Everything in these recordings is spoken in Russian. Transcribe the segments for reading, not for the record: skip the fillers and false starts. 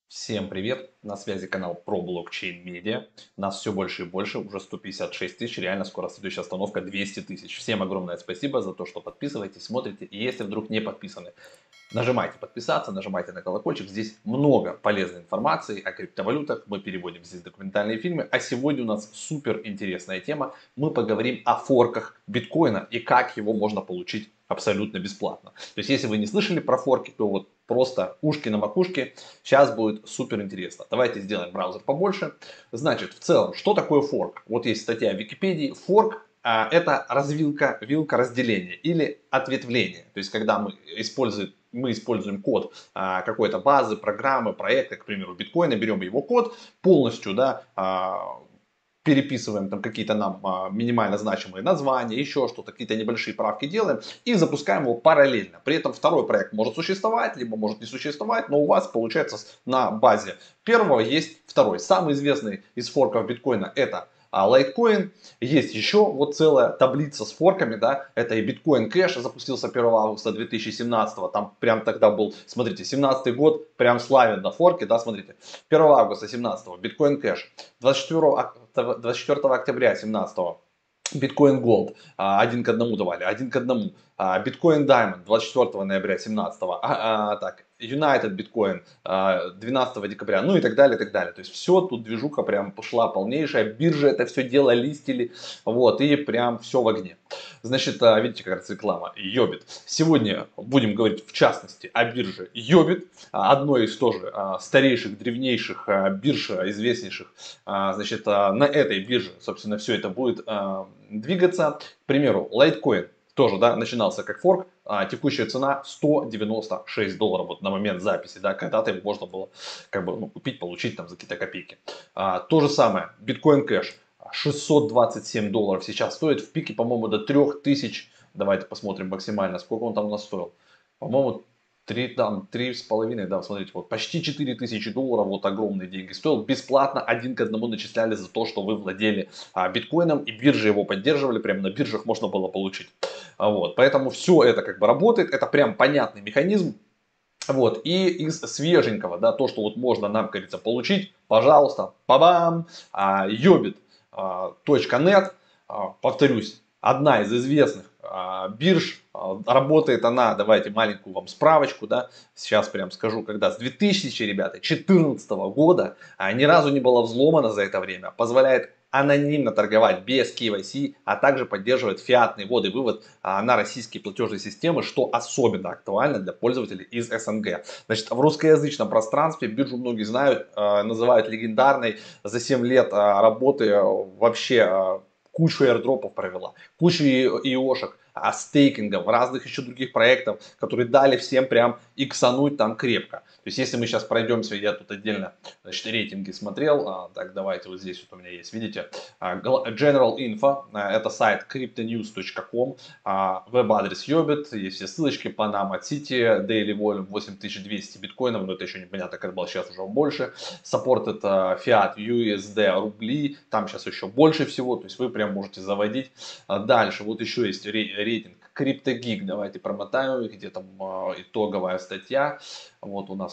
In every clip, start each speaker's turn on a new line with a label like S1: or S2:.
S1: Всем привет! На связи канал про блокчейн медиа. Нас все больше и больше, уже 156 тысяч, реально скоро следующая остановка 200 тысяч. Всем огромное спасибо за то, что подписываетесь, смотрите. И если вдруг не подписаны, нажимайте подписаться, нажимайте на колокольчик. Здесь много полезной информации о криптовалютах. Мы переводим здесь документальные фильмы. А сегодня у нас супер интересная тема. Мы поговорим о форках биткоина и как его можно получить абсолютно бесплатно. То есть, если вы не слышали про форки, то вот просто ушки на макушке. Сейчас будет супер интересно. Давайте сделаем браузер побольше. Значит, в целом, что такое форк? Вот есть статья в Википедии. Форк это развилка, вилка разделения или ответвление. То есть, когда мы используем код какой-то базы, программы, проекта, к примеру, биткоина, берем его код полностью, да, переписываем там какие-то нам минимально значимые названия, еще что-то, какие-то небольшие правки делаем и запускаем его параллельно. При этом второй проект может существовать, либо может не существовать, но у вас получается на базе первого есть второй. Самый известный из форков биткоина это Litecoin. Есть еще вот целая таблица с форками, да, это и Bitcoin Cash запустился 1 августа 2017, там прям тогда был, смотрите, 17 год, прям славен на форке, да, смотрите, 1 августа 17 Bitcoin Cash, 24 октября 17 Bitcoin Gold 1 к 1 давали, 1 к 1. Bitcoin Diamond 24 ноября 17. Так, United Bitcoin 12 декабря, ну и так далее, и так далее. То есть все, тут движуха прям пошла полнейшая. Биржи это все дело листили, вот, и прям все в огне. Значит, видите, как раз реклама Йобит. Сегодня будем говорить в частности о бирже Йобит, одной из тоже старейших, древнейших бирж, известнейших. Значит, на этой бирже, собственно, все это будет двигаться. К примеру, Litecoin тоже, да, начинался как форк, текущая цена $196 вот на момент записи, да, когда-то его можно было как бы, купить, получить там за какие-то копейки. То же самое, Bitcoin Cash $627 сейчас стоит, в пике, по-моему, до 3000, давайте посмотрим максимально, сколько он там у нас стоил, по-моему, 3,5, да, смотрите, вот почти $4000, вот огромные деньги стоил, бесплатно 1 к 1 начисляли за то, что вы владели биткоином, и биржи его поддерживали, прямо на биржах можно было получить. Вот, поэтому все это как бы работает, это прям понятный механизм. Вот, и из свеженького, да, то, что вот можно нам, как говорится, получить, пожалуйста, па-бам, Yobit.net, повторюсь, одна из известных бирж, работает она, давайте маленькую вам справочку, да, сейчас прям скажу, когда с 2014 года ни разу не была взломана за это время, позволяет анонимно торговать без KYC, а также поддерживает фиатный ввод и вывод на российские платежные системы, что особенно актуально для пользователей из СНГ. Значит, в русскоязычном пространстве биржу многие знают, называют легендарной. За 7 лет работы вообще кучу airdropов провела, кучу иошек, стейкингов, разных еще других проектов, которые дали всем прям иксануть там крепко. То есть, если мы сейчас пройдемся, я тут отдельно, значит, рейтинги смотрел, так, давайте, вот здесь вот у меня есть, видите, General Info, это сайт cryptonews.com, веб-адрес Yobit, есть все ссылочки, Panama City, Daily Volume 8200 биткоинов, но это еще непонятно, как было, сейчас уже больше, Support это Fiat, USD, рубли, там сейчас еще больше всего, то есть вы прям можете заводить. Дальше, вот еще есть рейтинг CryptoGeek, давайте промотаем, где там итоговая статья. Вот у нас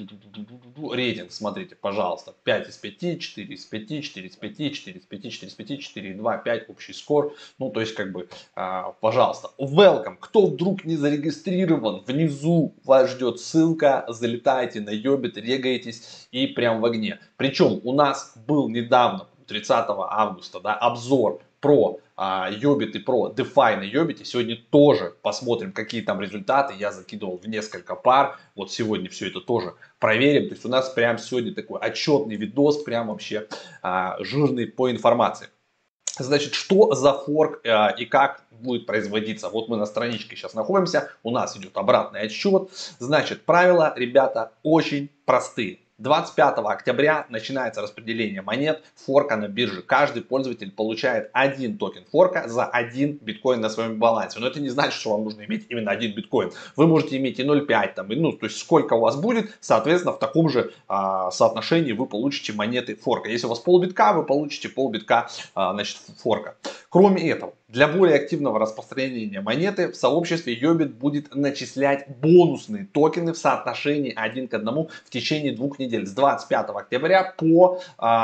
S1: рейтинг, смотрите, пожалуйста, 5 из 5, 4 из 5, 4 из 5, 4 из 5, 4 из 5, 4, 2, 5, общий скор. Ну, то есть, как бы, пожалуйста, welcome. Кто вдруг не зарегистрирован, внизу вас ждет ссылка, залетайте на Йобит, регайтесь и прям в огне. Причем у нас был недавно, 30 августа, да, обзор про Йобит и про DeFi на Йобите. Сегодня тоже посмотрим, какие там результаты. Я закидывал в несколько пар. Вот сегодня все это тоже проверим. То есть у нас прям сегодня такой отчетный видос, прям вообще жирный по информации. Значит, что за форк и как будет производиться? Вот мы на страничке сейчас находимся, у нас идет обратный отсчет. Значит, правила, ребята, очень простые. 25 октября начинается распределение монет форка на бирже. Каждый пользователь получает один токен форка за один биткоин на своем балансе. Но это не значит, что вам нужно иметь именно один биткоин. Вы можете иметь и 0,5, там, ну, то есть сколько у вас будет, соответственно, в таком же соотношении вы получите монеты форка. Если у вас полбитка, вы получите полбитка, значит, форка. Кроме этого, Для более активного распространения монеты в сообществе Yobit будет начислять бонусные токены в соотношении 1 к 1 в течение 2 недель с 25 октября по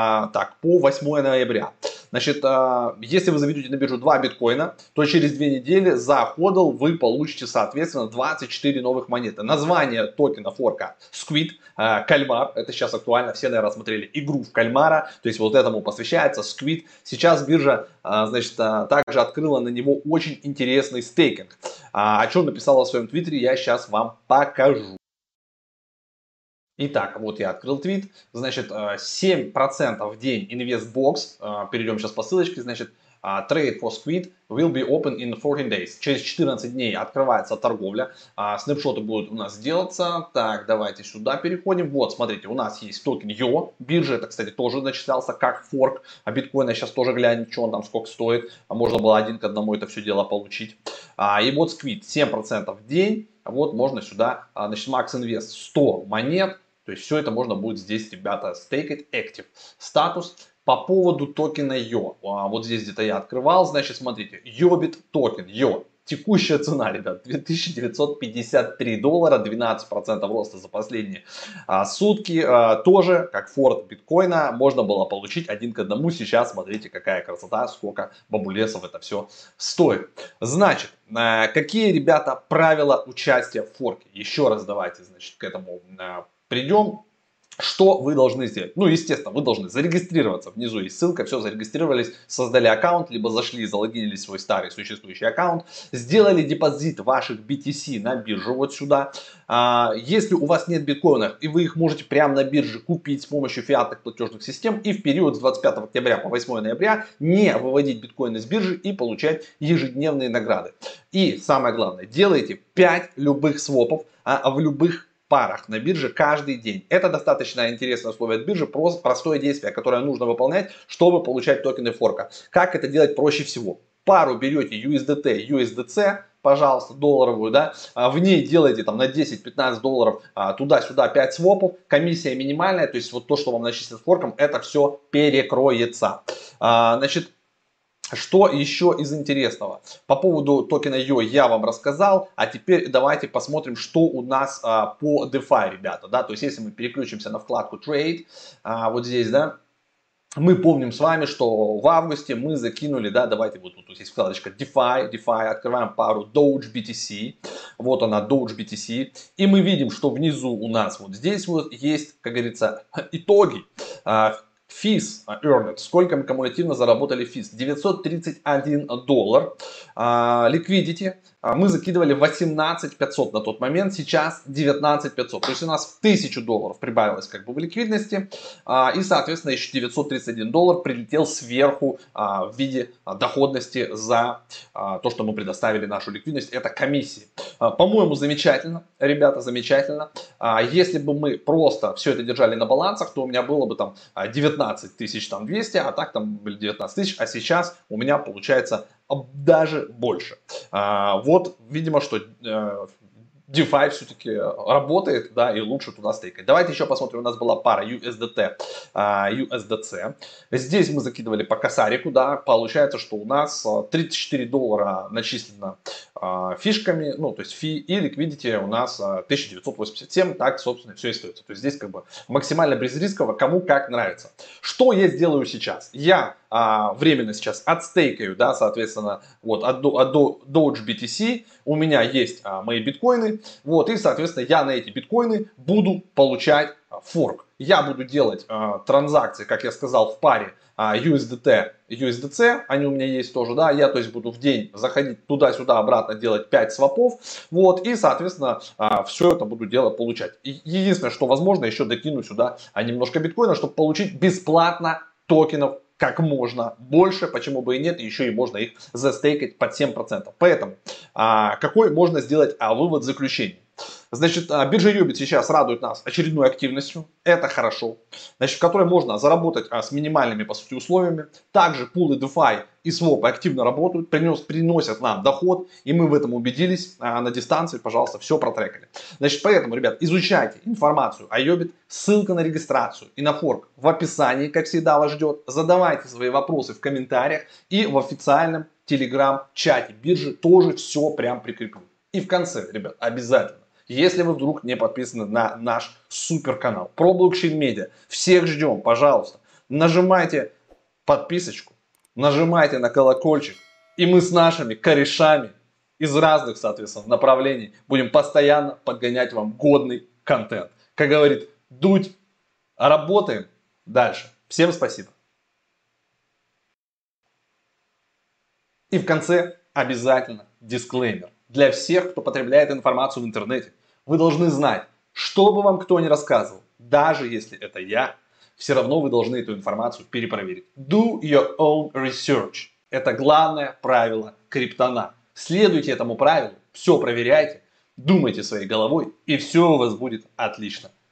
S1: 8 ноября. Значит, если вы заведете на биржу 2 биткоина, то через 2 недели за ходл вы получите, соответственно, 24 новых монеты. Название токена форка Squid, кальмар, это сейчас актуально, все, наверное, смотрели игру в кальмара, то есть вот этому посвящается Squid. Сейчас биржа, значит, также открыла на него очень интересный стейкинг. О чем написала в своем твиттере, я сейчас вам покажу. Итак, вот я открыл твит, значит, 7% в день InvestBox, перейдем сейчас по ссылочке, значит, Trade for Squid will be open in 14 days. Через 14 дней открывается торговля, снапшоты будут у нас делаться. Так, давайте сюда переходим. Вот, смотрите, у нас есть токен YO, биржа, это, кстати, тоже начислялся как форк, а биткоина сейчас тоже глянем, что он там, сколько стоит, можно было 1 к 1 это все дело получить. И вот Squid 7% в день, вот можно сюда, значит, Max Invest 100 монет. То есть все это можно будет здесь, ребята, стейкать. Active статус. По поводу токена YO. Вот здесь где-то я открывал. Значит, смотрите. Yobit токен. YO. Текущая цена, ребят, $2953, 12% роста за последние сутки. Тоже, как форк биткоина, можно было получить 1 к 1. Сейчас смотрите, какая красота, сколько бабулесов это все стоит. Значит, какие, ребята, правила участия в форке? Еще раз давайте, значит, к этому придем. Что вы должны сделать? Ну, естественно, вы должны зарегистрироваться. Внизу есть ссылка, все, зарегистрировались, создали аккаунт, либо зашли, залогинились в свой старый существующий аккаунт, сделали депозит ваших BTC на биржу вот сюда. Если у вас нет биткоинов, и вы их можете прямо на бирже купить с помощью фиатных платежных систем, и в период с 25 октября по 8 ноября не выводить биткоины с биржи и получать ежедневные награды. И самое главное, делайте 5 любых свопов в любых парах на бирже каждый день. Это достаточно интересное условие от биржи, простое действие, которое нужно выполнять, чтобы получать токены форка. Как это делать проще всего? Пару берете USDT, USDC, пожалуйста, долларовую, да, в ней делаете там на 10-15 долларов туда-сюда 5 свопов, комиссия минимальная, то есть вот то, что вам начислят форком, это все перекроется. Значит, что еще из интересного? По поводу токена YO я вам рассказал, а теперь давайте посмотрим, что у нас по DeFi, ребята, да, то есть если мы переключимся на вкладку Trade, вот здесь, да, мы помним с вами, что в августе мы закинули, да, давайте вот тут есть вкладочка DeFi, открываем пару Doge BTC, вот она Doge BTC, и мы видим, что внизу у нас вот здесь вот есть, как говорится, итоги. Физ earned. Сколько мы кумулятивно заработали физ? $931. Liquidity мы закидывали 18 500 на тот момент, сейчас 19 500. То есть у нас в $1000 прибавилось как бы в ликвидности. И, соответственно, еще $931 прилетел сверху в виде доходности за то, что мы предоставили нашу ликвидность. Это комиссии. По-моему, замечательно, ребята, замечательно. Если бы мы просто все это держали на балансах, то у меня было бы там 19 200, а так там были 19 тысяч, а сейчас у меня получается даже больше. Вот, видимо, что DeFi все-таки работает, да, и лучше туда стейкать. Давайте еще посмотрим, у нас была пара USDT, USDC. Здесь мы закидывали по косарику, да, получается, что у нас $34 начислено фишками, ну, то есть фи, и ликвидити у нас 1987, так, собственно, все и остается. То есть здесь как бы максимально безрисково, кому как нравится. Что я сделаю сейчас? Я временно сейчас отстейкаю, да, соответственно, вот от Doge BTC, у меня есть мои биткоины, вот, и, соответственно, я на эти биткоины буду получать форк. Я буду делать транзакции, как я сказал, в паре USDT, USDC, они у меня есть тоже, да, я, то есть, буду в день заходить туда-сюда, обратно делать 5 свопов, вот, и, соответственно, все это буду делать, получать. И единственное, что возможно, еще докину сюда немножко биткоина, чтобы получить бесплатно токенов как можно больше, почему бы и нет, еще и можно их застейкать под 7%. Поэтому, какой можно сделать вывод заключения? Значит, биржа Yobit сейчас радует нас очередной активностью, это хорошо, значит, в которой можно заработать с минимальными, по сути, условиями. Также пулы DeFi и свопы активно работают, приносят нам доход, и мы в этом убедились на дистанции, пожалуйста, все протрекали. Значит, поэтому, ребят, изучайте информацию о Yobit, ссылка на регистрацию и на форк в описании, как всегда, вас ждет. Задавайте свои вопросы в комментариях и в официальном телеграм-чате биржи тоже все прям прикреплю. И в конце, ребят, обязательно, если вы вдруг не подписаны на наш супер канал ProBlockchain Media, всех ждем, пожалуйста, нажимайте подписочку, нажимайте на колокольчик, и мы с нашими корешами из разных, соответственно, направлений будем постоянно подгонять вам годный контент. Как говорит Дудь, работаем дальше. Всем спасибо. И в конце обязательно дисклеймер. Для всех, кто потребляет информацию в интернете, вы должны знать, что бы вам кто ни рассказывал, даже если это я, все равно вы должны эту информацию перепроверить. Do your own research. Это главное правило криптона. Следуйте этому правилу, все проверяйте, думайте своей головой, и все у вас будет отлично.